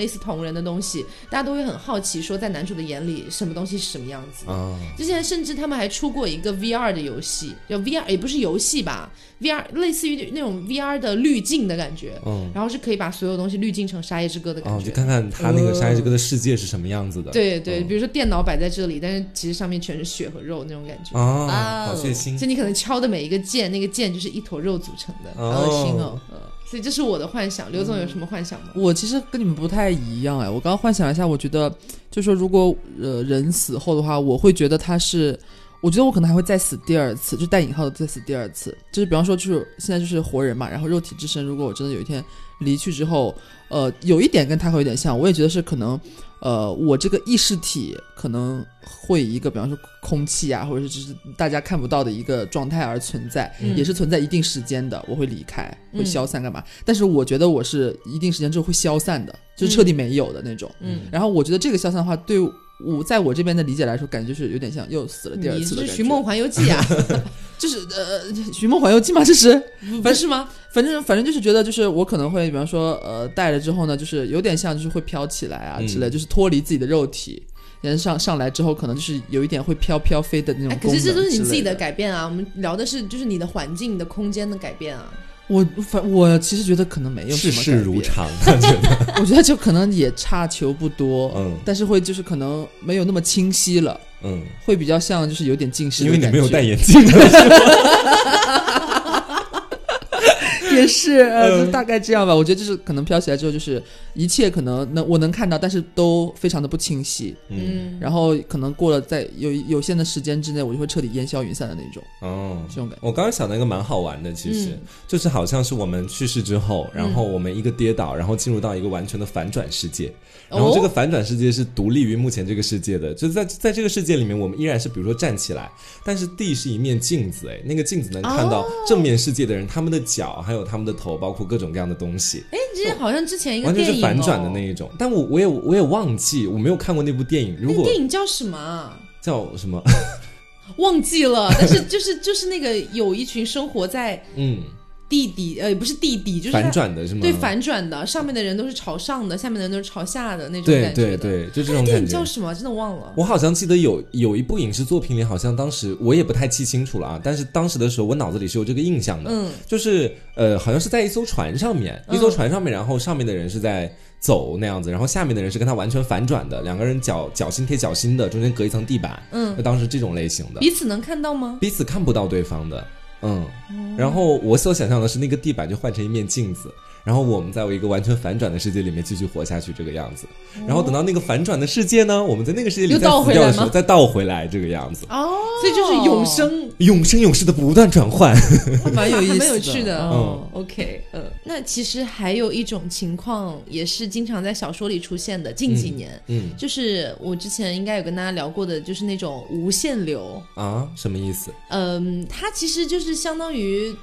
类似同人的东西，大家都会很好奇说在男主的眼里什么东西是什么样子的。之前甚至他们还出过一个 VR 的游戏，叫 VR 也不是游戏吧， VR 类似于那种 VR 的滤镜的感觉，然后是可以把所有东西滤镜成沙耶之歌的感觉，
就看看他那个沙耶之歌的世界是什么样子的。
对对，比如说电脑摆在这里，但是其实上面全是血和肉那种感觉
好血腥。
所以你可能敲的每一个键，那个键就是一坨肉组成的，
好恶心哦。
所以这是我的幻想。刘总有什么幻想吗？
我其实跟你们不太一样我刚刚幻想了一下，我觉得就是说如果人死后的话，我会觉得他是，我觉得我可能还会再死第二次，就带引号的再死第二次。就是比方说就是现在就是活人嘛，然后肉体之身，如果我真的有一天离去之后，有一点跟他会有点像，我也觉得是可能我这个意识体可能会以一个比方说空气啊，或者是就是大家看不到的一个状态而存在，也是存在一定时间的，我会离开，会消散干嘛？但是我觉得我是一定时间之后会消散的，就是彻底没有的那种。然后我觉得这个消散的话，对我在我这边的理解来说，感觉就是有点像又死了第二次的感觉。
你是《寻梦环游记》啊？
就是《寻梦环游记》吗？这是
不是吗？
反正就是觉得就是我可能会比方说带了之后呢，就是有点像就是会飘起来啊之类，就是脱离自己的肉体，人上来之后可能就是有一点会飘飞的那种功能。
可是这都是你自己的改变啊，我们聊的是就是你的环境的空间的改变啊。
我其实觉觉得可能没有什么改变，
世事如常。
我觉得就可能也差球不多，但是会就是可能没有那么清晰了，会比较像就是有点近视的感觉，
因为你没有戴眼镜的是吗？
也是就大概这样吧。我觉得就是可能飘起来之后，就是一切可能我能看到，但是都非常的不清晰。然后可能过了在有限的时间之内，我就会彻底烟消云散的那种。这种感觉。我
刚刚想到一个蛮好玩的，其实就是好像是我们去世之后，然后我们一个跌倒，然后进入到一个完全的反转世界。然后这个反转世界是独立于目前这个世界的，就是在这个世界里面，我们依然是比如说站起来，但是地是一面镜子，那个镜子能看到正面世界的人，他们的脚还有他们的头，包括各种各样的东西。
这好像之前一个电影
完全是反转的那一种，但我也忘记，我没有看过那部电影。如果
电影叫什么？
叫什么？
忘记了。但是就是那个有一群生活在地底不是地底，就是
反转的是吗？
对，反转的，上面的人都是朝上的，下面的人都是朝下的那种感觉的。
对，就这种感觉。
电影叫什么？真的忘了。
我好像记得有一部影视作品里，好像当时我也不太记清楚了啊，但是当时的时候我脑子里是有这个印象的。就是好像是在一艘船上面，然后上面的人是在走那样子，然后下面的人是跟他完全反转的，两个人脚心贴脚心的，中间隔一层地板。就当时这种类型的。
彼此能看到吗？
彼此看不到对方的。然后我所想象的是那个地板就换成一面镜子，然后我们在一个完全反转的世界里面继续活下去这个样子，然后等到那个反转的世界呢，我们在那个世界里再死掉的时候再倒回来这个样子。
所以就是
永生永世的不断转换。
蛮有意思的，
蛮有趣的。OK。那其实还有一种情况也是经常在小说里出现的，近几年就是我之前应该有跟大家聊过的，就是那种无限流
啊。什么意思？
它其实就是相当于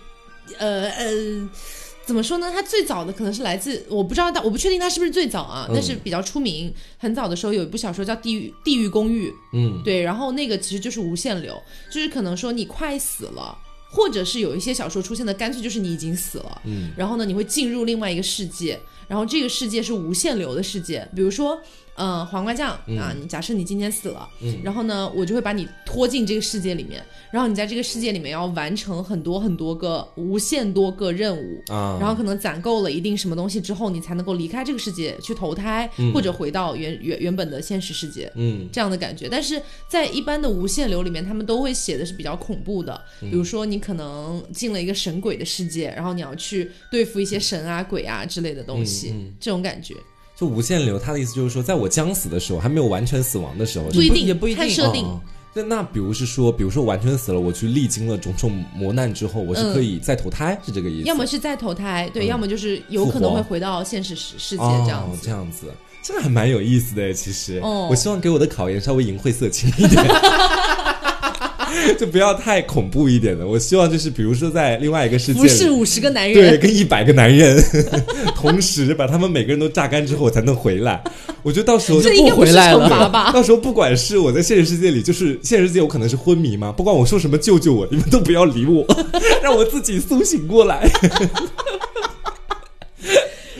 怎么说呢？它最早的可能是来自，我不确定它是不是最早啊，但是比较出名。很早的时候有一部小说叫《地狱公寓》，对，然后那个其实就是无限流，就是可能说你快死了，或者是有一些小说出现的干脆就是你已经死了，然后呢你会进入另外一个世界，然后这个世界是无限流的世界，比如说黄瓜酱啊，假设你今天死了，然后呢我就会把你拖进这个世界里面，然后你在这个世界里面要完成很多很多个无限多个任务然后可能攒够了一定什么东西之后，你才能够离开这个世界去投胎，或者回到原本的现实世界，这样的感觉。但是在一般的无限流里面，他们都会写的是比较恐怖的，比如说你可能进了一个神鬼的世界，然后你要去对付一些神啊鬼啊之类的东西，这种感觉。就
无限流，他的意思就是说，在我将死的时候，还没有完全死亡的时候，
不一定，
也不一定
看设定。
那比如说完全死了，我去历经了种种磨难之后，我是可以再投胎，是这个意思？
要么是再投胎，对，要么就是有可能会回到现实世界这样子。
这样子，这个还蛮有意思的。其实，我希望给我的考研稍微淫秽色情一点。就不要太恐怖一点的，我希望就是比如说在另外一个世界里，
服侍50个男人，
对，跟100个男人同时把他们每个人都榨干之后我才能回来。我觉得到时候
这应该不是惩罚吧？
到时候不管是我在现实世界里，就是现实世界我可能是昏迷嘛，不管我说什么救救我，你们都不要理我，让我自己苏醒过来。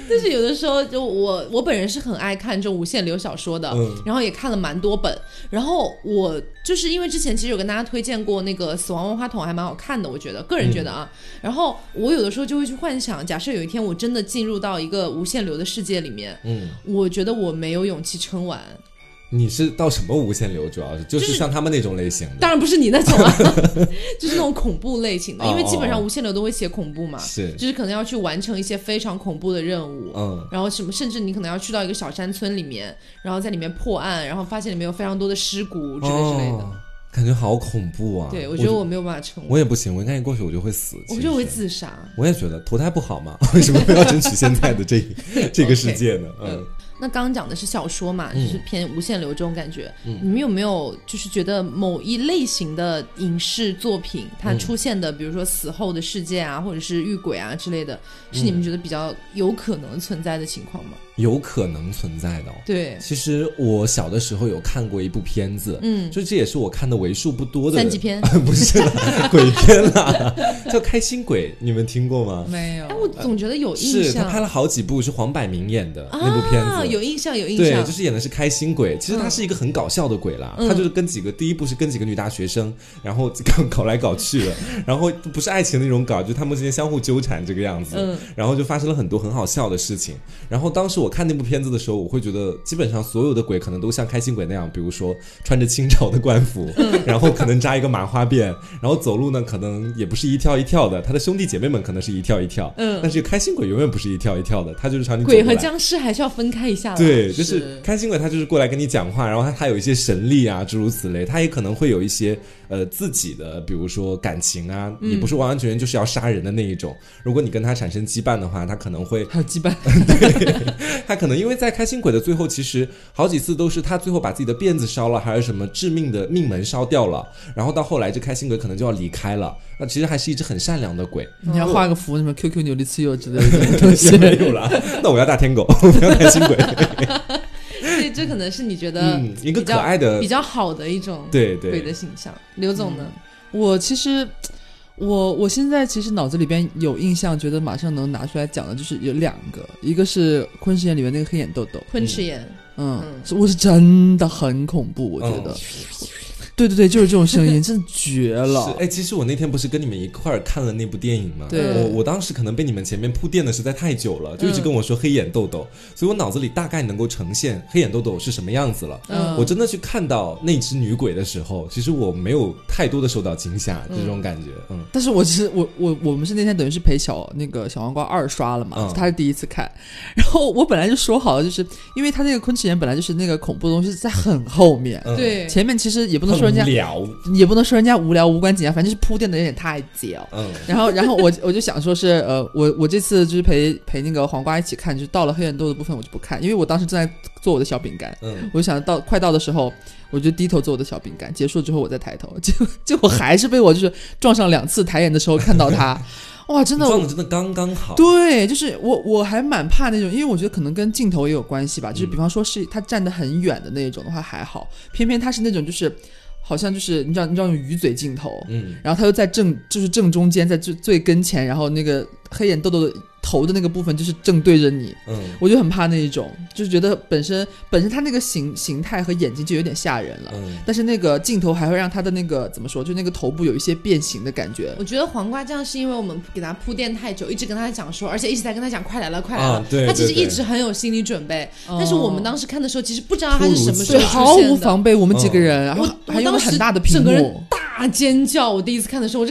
但是有的时候就我本人是很爱看这种无限流小说的，然后也看了蛮多本，然后我就是因为之前其实有跟大家推荐过那个死亡万花筒还蛮好看的，我觉得个人觉得啊，然后我有的时候就会去幻想，假设有一天我真的进入到一个无限流的世界里面，我觉得我没有勇气撑完。
你是到什么无限流？主要是就是像他们那种类型的，
当然不是你那种啊，就是那种恐怖类型的，因为基本上无限流都会写恐怖嘛，
是，
就是可能要去完成一些非常恐怖的任务，然后什么，甚至你可能要去到一个小山村里面，然后在里面破案，然后发现里面有非常多的尸骨之类的。
感觉好恐怖啊！
对，我觉得我没有办法撑完，
我也不行，我应该一过去我就会死。
我觉得我会自杀。我
也觉得投胎不好嘛，为什么不要争取现在的这个世界呢？
那刚刚讲的是小说嘛，就是偏无限流这种感觉。你们有没有就是觉得某一类型的影视作品它出现的，比如说死后的世界啊，或者是遇鬼啊之类的，是你们觉得比较有可能存在的情况吗？
有可能存在的
对，
其实我小的时候有看过一部片子，就这也是我看的为数不多的
三级片
不是啦，鬼片啦，叫《开心鬼》，你们听过吗？
没有。
我总觉得有印象，
是他拍了好几部，是黄百鸣演的那部片子，
有印象。
对，就是演的是开心鬼。其实他是一个很搞笑的鬼啦，他就是第一部是跟几个女大学生，然后搞来搞去的，然后不是爱情的那种搞，就他们之间相互纠缠这个样子，然后就发生了很多很好笑的事情。然后当时我看那部片子的时候，我会觉得基本上所有的鬼可能都像开心鬼那样，比如说穿着清朝的官服，然后可能扎一个麻花辫，然后走路呢可能也不是一跳一跳的，他的兄弟姐妹们可能是一跳一跳，但是开心鬼永远不是一跳一跳的，他就是朝你走过来。
鬼和僵尸还是要分开一下的。
对，就是开心鬼他就是过来跟你讲话，然后他有一些神力啊诸如此类，他也可能会有一些自己的比如说感情啊，也不是完完全全就是要杀人的那一种。如果你跟他产生羁绊的话，他可能会
还有羁绊
对，他可能因为在开心鬼的最后，其实好几次都是他最后把自己的辫子烧了，还有什么致命的命门烧掉了，然后到后来这开心鬼可能就要离开了。那其实还是一只很善良的鬼。
你要画个符，什么 QQ 扭力刺柚之类的东西
没有啦。那我要大天狗，我不要开心鬼。
所以这可能是你觉得
一个可爱的
比较好的一种鬼的形象。刘总呢？
我其实我现在其实脑子里边有印象，觉得马上能拿出来讲的就是有两个，一个是昆池岩里面那个黑眼豆豆，
昆池岩，
我是真的很恐怖，我觉得。对对对，就是这种声音，真的绝了。
其实我那天不是跟你们一块儿看了那部电影吗？
对，
我当时可能被你们前面铺垫的实在太久了，就一直跟我说黑眼豆豆，所以我脑子里大概能够呈现黑眼豆豆是什么样子了。我真的去看到那只女鬼的时候，其实我没有太多的受到惊吓，这种感觉。
但是我其实我们是那天等于是陪小黄瓜二刷了嘛，他是第一次看，然后我本来就说好了，就是因为他那个昆池岩本来就是那个恐怖的东西在很后面，
对，
前面其实也不能说。
也
不能说人家无聊无关紧要，反正就是铺垫的有点太久。然后我就想说是我这次就是陪那个黄瓜一起看，就是到了黑眼豆的部分我就不看，因为我当时正在做我的小饼干，我就想快到的时候我就低头做我的小饼干，结束之后我再抬头，结果还是被我就是撞上2次抬眼的时候看到他。哇，真的
撞的真的刚刚好。
对，就是我还蛮怕那种，因为我觉得可能跟镜头也有关系吧。就是比方说是他站得很远的那种的话还好，偏偏他是那种就是好像就是你知道那种鱼嘴镜头，然后他又在正中间，在最跟前，然后那个黑眼豆豆的头的那个部分就是正对着你，我就很怕那一种，就是觉得本身他那个形态和眼睛就有点吓人了，但是那个镜头还会让他的那个怎么说，就那个头部有一些变形的感觉。
我觉得黄瓜这样是因为我们给他铺垫太久，一直跟他讲说，而且一直在跟他讲快来了快来了，
对，
他其实一直很有心理准备，但是我们当时看的时候其实不知道他是什么时候出现的，
毫无防备，我们几个人，然后还用了很大的屏幕，
整个人大尖叫。我第一次看的时候我就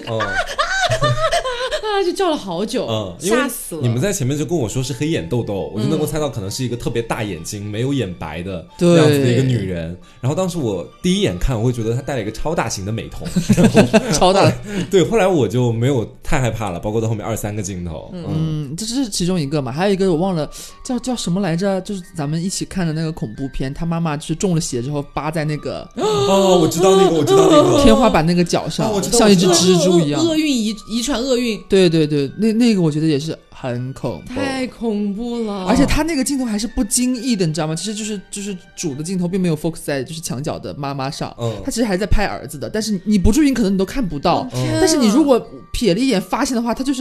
就叫了好久，吓死了。
你们在前面就跟我说是黑眼豆豆，我就能够猜到可能是一个特别大眼睛没有眼白的这样子的一个女人。然后当时我第一眼看我会觉得她戴了一个超大型的美瞳，然后
超大
对，后来我就没有太害怕了，包括到后面2、3个镜头。
这是其中一个嘛，还有一个我忘了叫什么来着，就是咱们一起看的那个恐怖片，他妈妈就是中了邪之后扒在那个
我知道那个
天花板那个角上，像一只蜘蛛一样，
厄运遗传厄运。
对对对，那个我觉得也是很恐怖，
太恐怖了。
而且他那个镜头还是不经意的，你知道吗？其实就是主的镜头并没有 focus 在就是墙角的妈妈上，他其实还在拍儿子的，但是你不注意可能你都看不到，但是你如果瞥了一眼发现的话，他就是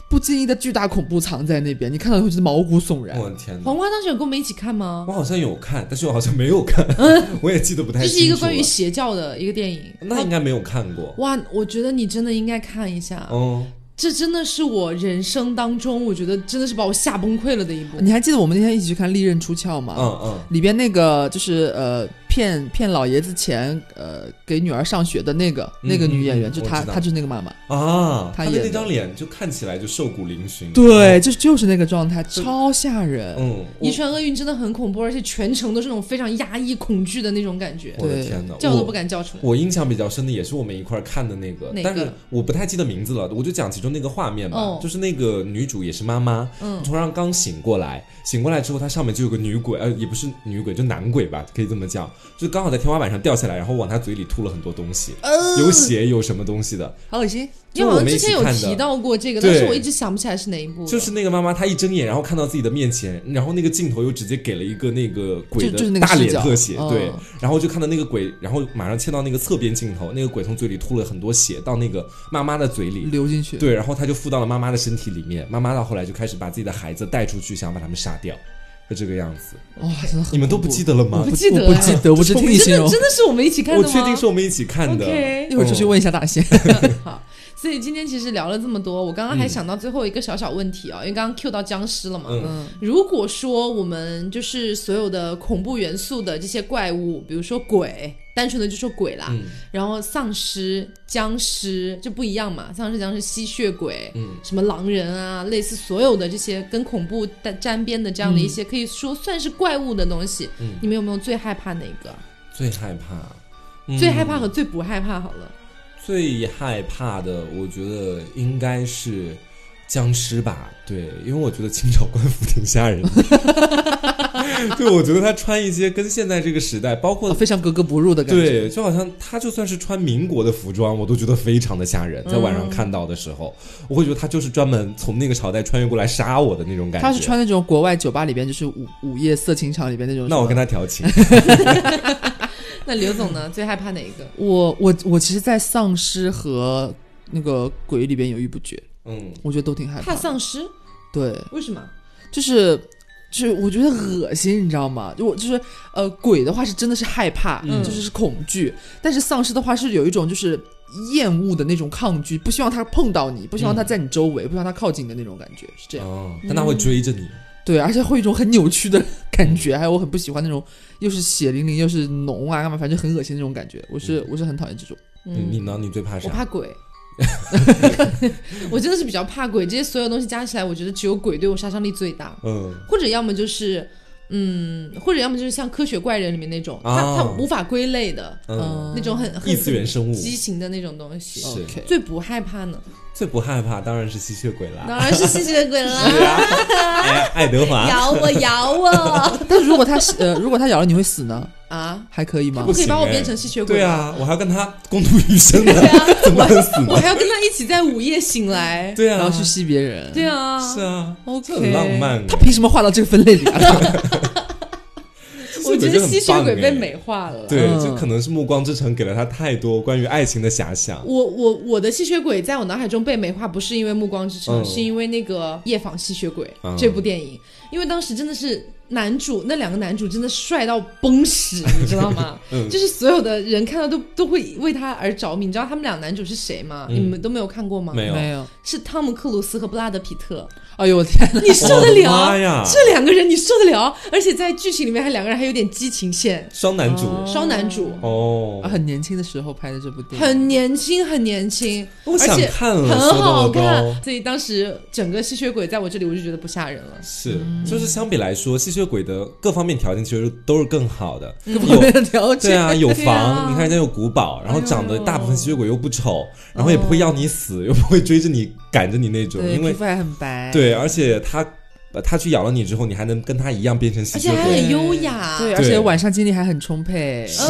不经意的巨大恐怖藏在那边，你看到会觉得毛骨悚然。
我的天哪！
黄瓜当时有跟我们一起看吗？
我好像有看，但是我好像没有看，我也记得不太清楚了。
这是一个关于邪教的一个电影，
那应该没有看过。
哇，我觉得你真的应该看一下。这真的是我人生当中，我觉得真的是把我吓崩溃了的一部。
你还记得我们那天一起去看《利刃出鞘》吗？里边那个就是骗老爷子钱，给女儿上学的那个女演员，就她就是那个妈妈
啊，
她演的
那张脸就看起来就瘦骨嶙峋，
对，就是那个状态，超吓人。
遗传厄运真的很恐怖，而且全程都是那种非常压抑、恐惧的那种感觉。
我的天哪，
叫都不敢叫出来。
我印象比较深的也是我们一块看的那个，但是我不太记得名字了，我就讲其中那个画面吧，就是那个女主也是妈妈，从床上刚醒过来之后，她上面就有个女鬼，也不是女鬼，就男鬼吧，可以这么讲，就刚好在天花板上掉下来，然后往她嘴里吐了很多东西，有血有什么东西的，
好恶心。
你好像之前有提到过这个，但是我一直想不起来是哪一部。
就是那个妈妈，她一睁眼，然后看到自己的面前，然后那个镜头又直接给了一个那个鬼的大脸特写，对，然后就看到那个鬼，然后马上切到那个侧边镜头，那个鬼从嘴里吐了很多血到那个妈妈的嘴里
流进去，
对，然后他就附到了妈妈的身体里面，妈妈到后来就开始把自己的孩子带出去，想把他们杀掉。就这个样子。
哇，真的很，
你们都不记得了吗？
我不记得，
我不记得，我只听你形容。
真的是我们一起看的吗？
我确定是我们一起看的。
一会儿出去问一下大仙。
好。所以今天其实聊了这么多，我刚刚还想到最后一个小小问题啊，因为刚刚 cue 到僵尸了嘛。如果说我们就是所有的恐怖元素的这些怪物，比如说鬼，单纯的就说鬼啦，然后丧尸、僵尸就不一样嘛，丧尸、僵尸、吸血鬼，什么狼人啊，类似所有的这些跟恐怖沾边的这样的一些，可以说算是怪物的东西，你们有没有最害怕哪个？
最害怕，
最害怕和最不害怕好了。
最害怕的，我觉得应该是僵尸吧，对，因为我觉得清朝官服挺吓人的，对，我觉得他穿一些跟现在这个时代，包括
非常格格不入的感觉，
对，就好像他就算是穿民国的服装，我都觉得非常的吓人。在晚上看到的时候，我会觉得他就是专门从那个朝代穿越过来杀我的那种感觉。
他是穿那种国外酒吧里边就是午夜色情场里边那种。
那我跟他调情。
那刘总呢？最害怕哪一个？
我其实，在丧尸和那个鬼里边犹豫不决。我觉得都挺害怕。
怕丧尸？
对。
为什么？
就是我觉得恶心，你知道吗？就是鬼的话是真的是害怕，就是恐惧，但是丧尸的话是有一种就是厌恶的那种抗拒，不希望他碰到你，不希望他在你周围，不希望他靠近的那种感觉，是这样。
但他会追着你。
对，而且会有一种很扭曲的感觉，还有我很不喜欢那种又是血淋淋又是脓啊干嘛，反正很恶心那种感觉，我是很讨厌这种。
你呢？你最怕啥？
我怕鬼。我真的是比较怕鬼，这些所有东西加起来，我觉得只有鬼对我杀伤力最大。或者要么就是或者要么就是像科学怪人里面那种，它无法归类的，那种很
异次元生物
畸形的那种东西。
是。
最不害怕呢？
最不害怕当然是吸血鬼啦，
当然是吸血鬼啦。
是啊，爱德华
咬我。
但是如果他咬了你会死呢？
啊，
还可以吗？
不可以把我变成吸血鬼？
对啊，我还要跟他共度余生呢。怎么能死呢？
我还要跟他一起在午夜醒来。
对啊，
然后去吸别人。
对啊，
是啊，
OK，
很浪漫。
他凭什么划到这个分类里啊？
我觉得吸血鬼被美化了。
对，就可能是《暮光之城》给了他太多关于爱情的遐想。
我的吸血鬼在我脑海中被美化，不是因为《暮光之城》，是因为那个《夜访吸血鬼》这部电影，因为当时真的是那两个男主真的帅到崩屎，你知道吗？就是所有的人看到都会为他而着迷。你知道他们俩男主是谁吗？你们都没有看过吗？
没有，
是汤姆克鲁斯和布拉德皮特。
哎呦我天哪，
你受得了？
这
两个人你受得了？而且在剧情里面还两个人还有点激情线，
双男主
哦，很年轻的时候拍的这部电影，
很年轻，
我想看了，
很好看。所以当时整个吸血鬼在我这里我就觉得不吓人了。
是，就是相比来说，吸血鬼的各方面条件其实都是更好的。
各方面的条件，
对啊，有房，你看人家有古堡，然后长得大部分吸血鬼又不丑，然后也不会要你死，又不会追着你赶着你那种，因为
皮肤还很白。
对，而且他去咬了你之后，你还能跟他一样变成吸血鬼，
而且还很优雅。
对，而且晚上精力还很充沛。
是，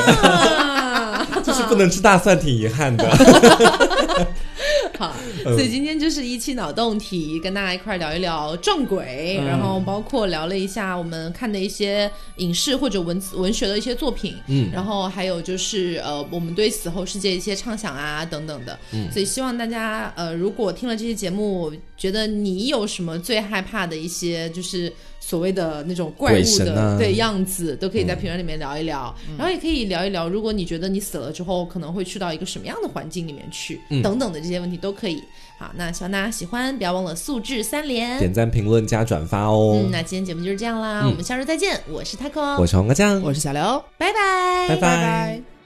就是不能吃大蒜，挺遗憾的。
好，所以今天就是一期脑洞题，跟大家一块聊一聊撞鬼，然后包括聊了一下我们看的一些影视或者文学的一些作品，然后还有就是我们对死后世界一些畅想啊等等的。所以希望大家如果听了这些节目觉得你有什么最害怕的一些就是所谓的那种怪物的、对样子，都可以在评论里面聊一聊，然后也可以聊一聊，如果你觉得你死了之后可能会去到一个什么样的环境里面去，等等的这些问题都可以。好，那希望大家喜欢，不要忘了素质3连，
点赞、评论加转发哦。
那今天节目就是这样啦，我们下周再见。我是 Taco，
我是黄瓜酱，
我是小刘，
拜拜，
拜拜。